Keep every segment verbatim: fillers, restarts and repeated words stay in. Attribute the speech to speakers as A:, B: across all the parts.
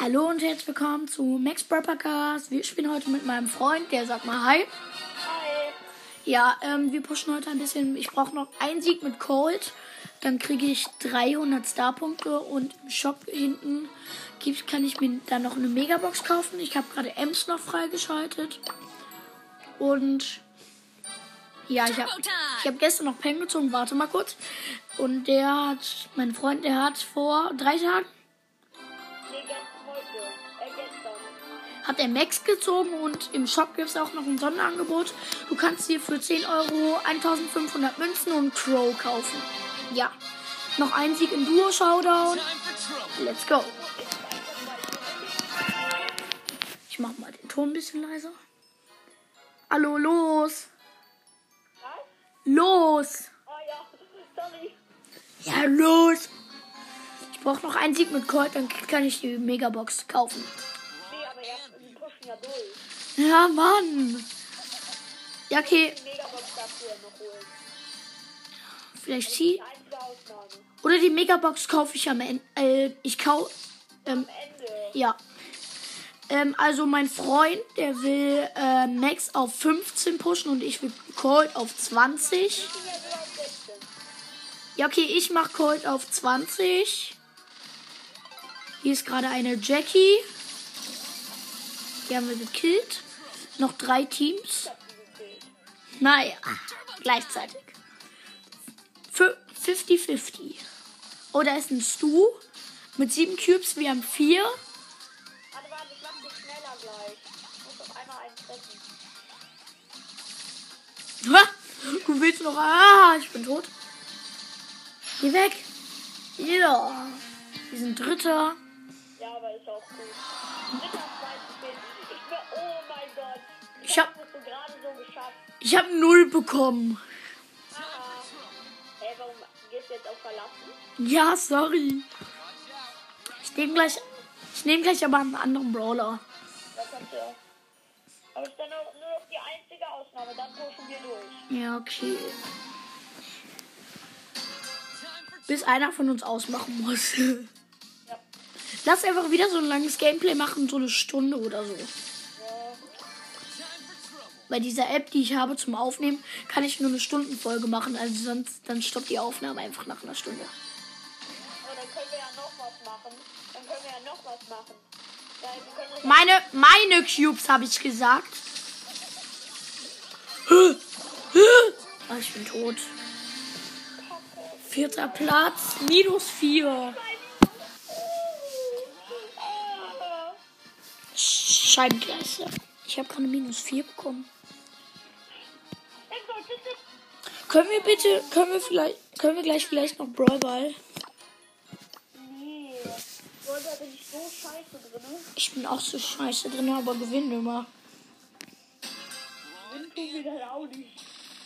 A: Hallo und herzlich willkommen zu Max Podcast. Wir spielen heute mit meinem Freund, der sagt mal Hi.
B: Hi.
A: Ja, ähm, wir pushen heute ein bisschen. Ich brauche noch einen Sieg mit Colt. Dann kriege ich dreihundert Starpunkte und im Shop hinten gibt, kann ich mir dann noch eine Megabox kaufen. Ich habe gerade Ems noch freigeschaltet. Und ja, ich habe ich hab gestern noch Pen gezogen. Warte mal kurz. Und der hat, mein Freund, der hat vor drei Tagen hat er Max gezogen und im Shop gibt es auch noch ein Sonderangebot. Du kannst dir für zehn Euro eintausendfünfhundert Münzen und Crow kaufen. Ja, noch ein Sieg im Duo-Showdown. Let's go. Ich mach mal den Ton ein bisschen leiser. Hallo, los. Los. Ja, los. Ich brauche noch einen Sieg mit Colt, dann kann ich die Megabox kaufen.
B: Ja, durch.
A: Ja, Mann. Ja, okay. Vielleicht zieh. Oder die Megabox kaufe ich am Ende. Äh, ich kau. Ähm, ja. Ähm, also mein Freund, der will äh, Max auf fünfzehn pushen und ich will Colt auf zwanzig. Ja, okay, ich mach Colt auf zwanzig. Hier ist gerade eine Jackie. Die haben wir gekillt. Noch drei Teams. Naja, gleichzeitig. fünfzig fünfzig. Oh, da ist ein Stu. Mit sieben Cubes, wir haben vier.
B: Warte, warte, ich mach dich schneller gleich. Ich muss auf einmal einen treffen.
A: Ha! Du willst noch... Ah, ich bin tot. Geh weg. Ja. Wir sind Dritter.
B: Ja, aber ist auch gut. Dritter, zweiter, vierter. Ich bin... Oh mein Gott. Ich,
A: ich hab...
B: hab das so gerade so geschafft.
A: Ich hab null bekommen.
B: Aha. Hey, warum gehst du jetzt auf verlassen?
A: Ja, sorry. Ich nehme gleich... Ich nehme gleich aber einen anderen Brawler.
B: Das kannst du auch. Aber ist dann nur, nur noch die einzige Ausnahme. Dann pushen wir durch.
A: Ja, okay. Bis einer von uns ausmachen muss.
B: Ja.
A: Lass einfach wieder so ein langes Gameplay machen, so eine Stunde oder so.
B: Ja.
A: Bei dieser App, die ich habe zum Aufnehmen, kann ich nur eine Stundenfolge machen. Also sonst dann stoppt die Aufnahme einfach nach einer Stunde.
B: Aber dann können wir ja noch was machen. Dann können wir ja noch was machen. Weil wir können
A: Meine, meine Cubes, habe ich gesagt. Oh, ich bin tot. Vierter Platz, minus vier. Scheibenkleiste. Ich habe gerade minus vier bekommen. Können wir bitte, können wir vielleicht, können wir gleich vielleicht noch Brawl Ball?
B: Nee. Da bin ich so scheiße drin.
A: Ich bin auch so scheiße drin, aber gewinne immer.
B: Gewinnen tun wir dann auch nicht.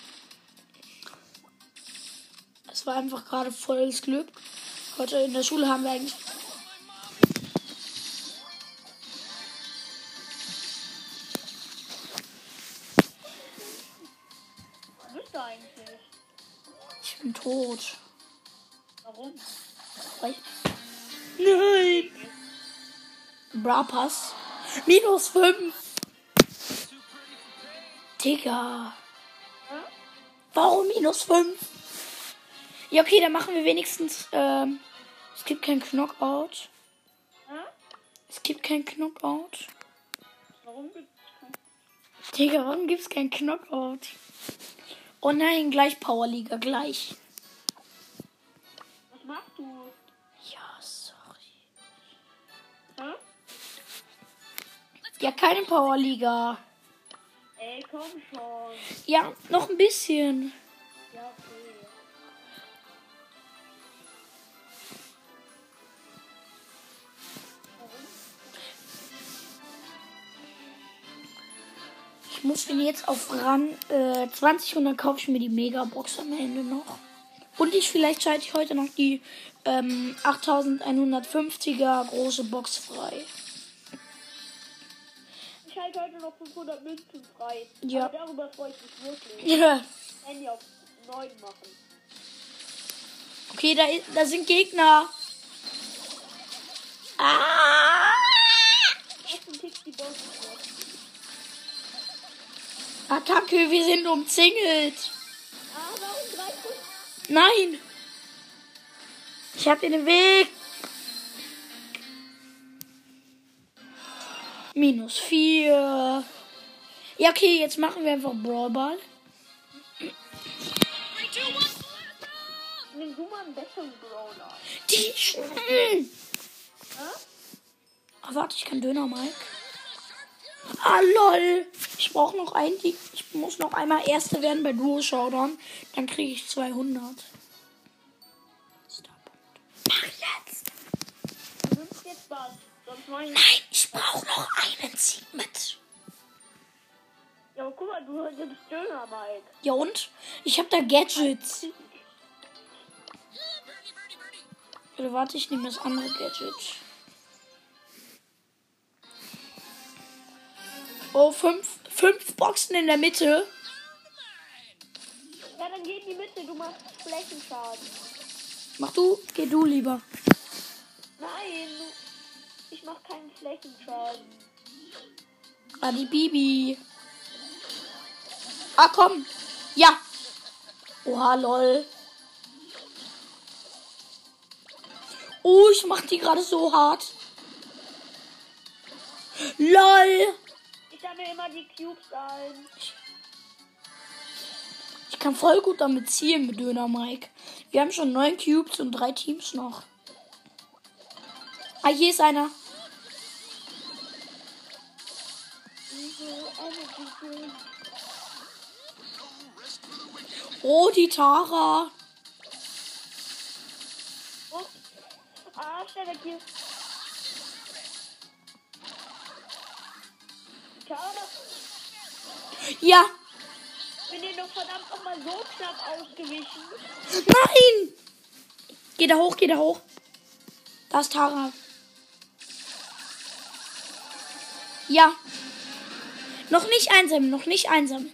A: Es war einfach gerade volles Glück. Heute in der Schule haben wir eigentlich...
B: Was bist du eigentlich?
A: Ich bin tot.
B: Warum?
A: Weil- Nein! Bra Pass. Minus fünf. Digga.
B: Hm?
A: Warum minus fünf? Ja, okay, dann machen wir wenigstens... Ähm, es gibt kein Knockout.
B: Hm?
A: Es gibt kein Knockout.
B: Warum gibt's kein...
A: Digga, warum gibt's kein Knockout? Oh nein, gleich Powerliga, gleich.
B: Was machst du?
A: Ja, sorry.
B: Hm?
A: Ja, keine Powerliga.
B: Ey, komm schon.
A: Ja, noch ein bisschen.
B: Ja, okay.
A: Ich muss den jetzt auf Rang äh, zwanzig und dann kaufe ich mir die Megabox am Ende noch. Und ich vielleicht schalte ich heute noch die ähm, achttausendeinhundertfünfziger große Box frei.
B: Ich halte heute noch fünfhundert Münzen frei.
A: Ja.
B: Aber darüber freue ich mich wirklich.
A: Ja.
B: Handy auf neun machen.
A: Okay, da, da sind Gegner. Ah! Attacke, wir sind umzingelt.
B: Ah, warum drei Schuss?
A: Nein. Ich hab dir den Weg. Minus vier. Ja, okay, jetzt machen wir einfach Brawlball.
B: Nimm du mal einen besseren Brawler.
A: Die Sch-
B: Hä?
A: Ah, warte, ich kann Döner, Mike. Ah, lol. Ich brauche noch einen. Die- Ich muss noch einmal Erste werden bei Duo Showdown. Dann kriege ich zweihundert. Mach jetzt.
B: Du nimmst jetzt was. Sonst mach ich
A: Nein, ich brauche noch einen Sieg mit.
B: Ja, aber guck mal, du hast jetzt Döner, Mike.
A: Ja und? Ich habe da Gadgets. Oder warte, ich nehme das andere Gadget. Oh, fünf, fünf Boxen in der Mitte.
B: Ja, dann geh in die Mitte, du machst Flächenschaden.
A: Mach du, geh du lieber.
B: Nein, ich mach keinen Flächenschaden.
A: Ah, die Bibi. Ah, komm. Ja. Oha, lol. Oh, ich mach die gerade so hart. Lol.
B: Ich sammle immer die Cubes ein.
A: Ich kann voll gut damit zielen mit Döner, Mike. Wir haben schon neun Cubes und drei Teams noch. Ah, hier ist einer. Oh, die Tara.
B: Oh. Ah, schnell weg hier. Tara,
A: Ja.
B: bin dir doch verdammt noch mal so knapp ausgewichen.
A: Nein. Geh da hoch, geh da hoch. Da ist Tara. Ja. Noch nicht einsam, noch nicht einsam.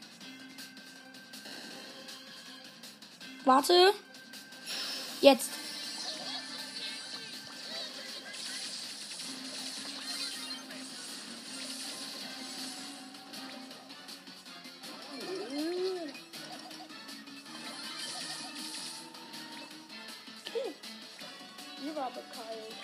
A: Warte. Jetzt.
B: Hier war aber kalt.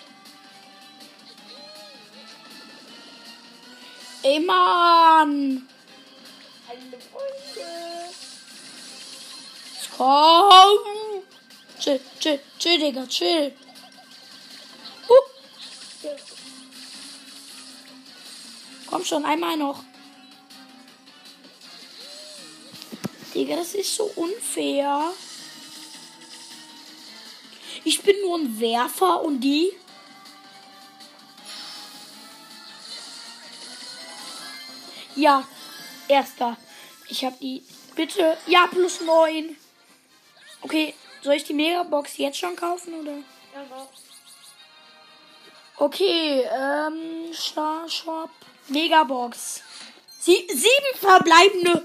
A: Ey, Mann.
B: Alle Freunde.
A: Komm. Chill, chill, chill, Digga, chill. Huh.
B: Ja,
A: Komm schon, einmal noch. Digga, das ist so unfair. Ich bin nur ein Werfer und die. Ja, erster. Ich habe die. Bitte. Ja, plus neun. Okay, soll ich die Megabox jetzt schon kaufen oder?
B: ja, noch.
A: Okay, ähm, Star Shop. Megabox. Sie, sieben verbleibende.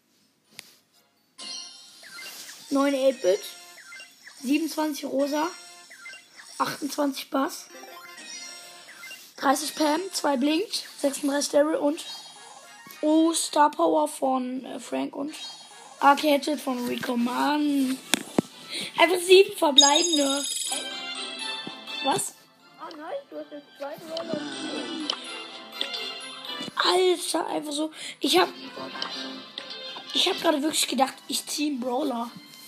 A: neun acht-Bit. siebenundzwanzig Rosa. achtundzwanzig Bass. dreißig Pam. zwei Blinkt. sechsunddreißig Daryl und. Oh, Star Power von äh, Frank und. Arcade von Rico. Mann. Einfach sieben verbleibende. Was?
B: Ah, nice, du hast jetzt zwei Roller und zehn.
A: Alter, einfach so. Ich hab. Ich hab gerade wirklich gedacht, ich ziehe einen Brawler.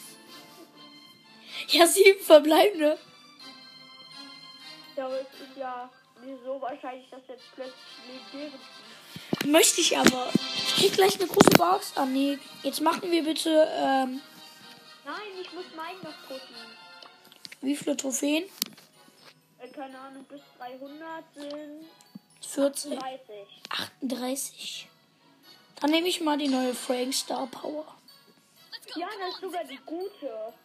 A: Ja, sieben verbleibende.
B: Ja, aber es ist ja nicht so wahrscheinlich, dass jetzt plötzlich legendäre.
A: Möchte ich aber. Ich krieg gleich eine große Box. Ah, nee. Jetzt machen wir bitte, ähm,
B: Nein, ich muss meinen noch gucken.
A: wie viele Trophäen?
B: Äh, keine Ahnung, bis dreihundert sind
A: vierzehn.
B: dreißig.
A: achtunddreißig. Dann nehme ich mal die neue Frank Star Power.
B: Ja, das ist sogar die gute.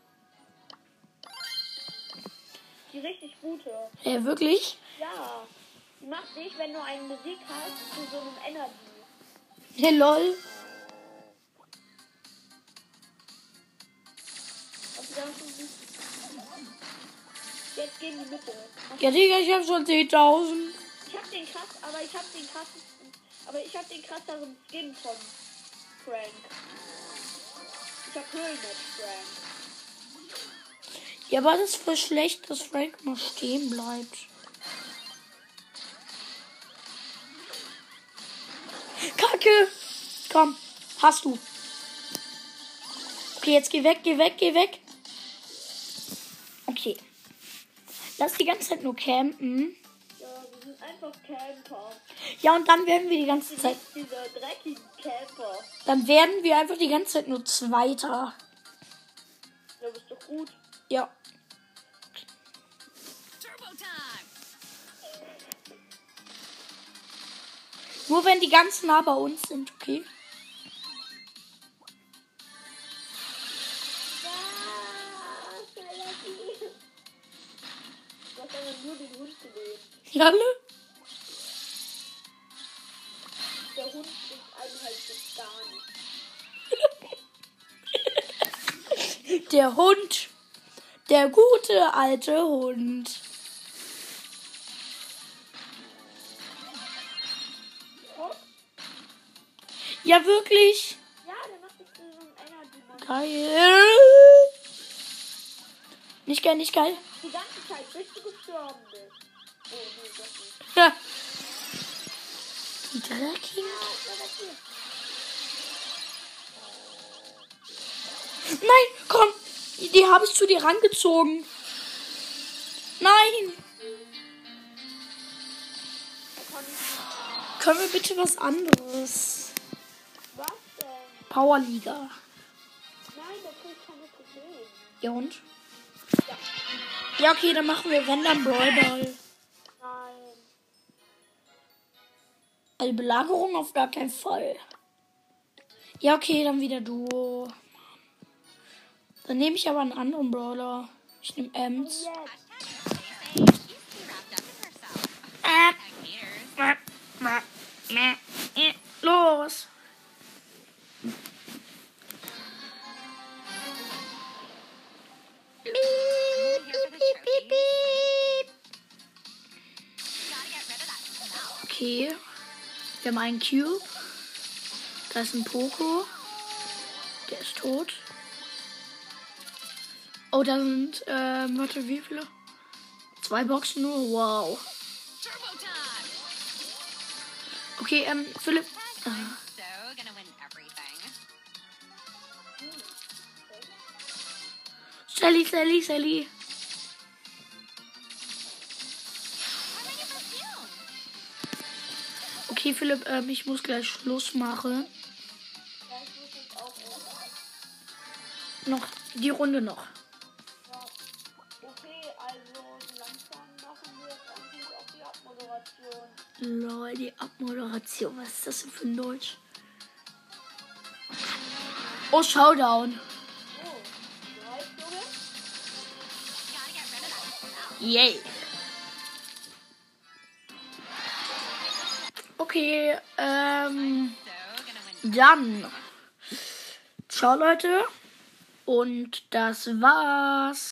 B: Die richtig gute.
A: Ja, wirklich?
B: Ja. Die macht dich, wenn du eine Musik hast, zu so einem Energy.
A: Hey, lol.
B: Also dann jetzt gehen die Mitte.
A: Ja, Digga, ich hab schon zehntausend.
B: Ich hab den krass, aber ich hab den krassesten Aber ich hab den krasseren Skin von Frank. Ich hab Höhlenmatch Frank.
A: Ja, aber das ist voll schlecht, dass Frank mal stehen bleibt. Kacke! Komm, hast du. Okay, jetzt geh weg, geh weg, geh weg. Okay. Lass die ganze Zeit nur campen.
B: Ja, wir sind einfach Camper.
A: Ja, und dann werden wir die ganze Zeit...
B: Diese dreckigen Camper.
A: Dann werden wir einfach die ganze Zeit nur Zweiter.
B: Ja, bist doch gut.
A: Ja. Nur wenn die ganz nah bei uns sind, okay?
B: Du hast aber nur den Hund gesehen.
A: Jalle?
B: Der Hund ist einem halt so gar nicht.
A: Der Hund. Der gute alte Hund.
B: Oh?
A: Ja, wirklich?
B: Ja, der macht sich so ein Energy-Mann.
A: Geil. Nicht geil, nicht geil.
B: Die ganze Zeit, bis du gestorben bist. Oh, nee, das nicht.
A: Ja. Wieder der King.
B: Ja, das hier.
A: Nein, komm. Die habe ich zu dir rangezogen. Nein. Können wir bitte was anderes?
B: Was denn?
A: Powerliga.
B: Nein, da krieg ich keine Trophäen.
A: Ja und?
B: Ja.
A: Ja, okay, dann machen wir wenn dann Brawl Ball.
B: Nein.
A: Also Belagerung auf gar keinen Fall. Ja, okay, dann wieder Duo. Dann nehme ich aber einen anderen Brawler. Ich nehme Ems.
B: Jetzt.
A: Äh, äh, äh, äh, los. Okay. Wir haben einen Cube. Da ist ein Poco. Der ist tot. Oh, da sind, ähm, warte, wie viele? Zwei Boxen nur, wow. Okay, ähm, Philipp. Ah. Sally, Sally, Sally. Okay, Philipp, ähm, ich muss gleich Schluss machen.
B: Ja, ich muss jetzt auch irgendwas.
A: Noch die Runde noch.
B: Ja. Okay, also langsam machen wir jetzt eigentlich auch die Abmoderation.
A: Lol, die Abmoderation. Was ist das denn für ein Deutsch? Oh, Showdown.
B: Oh, du heißt Junge?
A: Yay. Okay, ähm, dann. Ciao, Leute. Und das war's.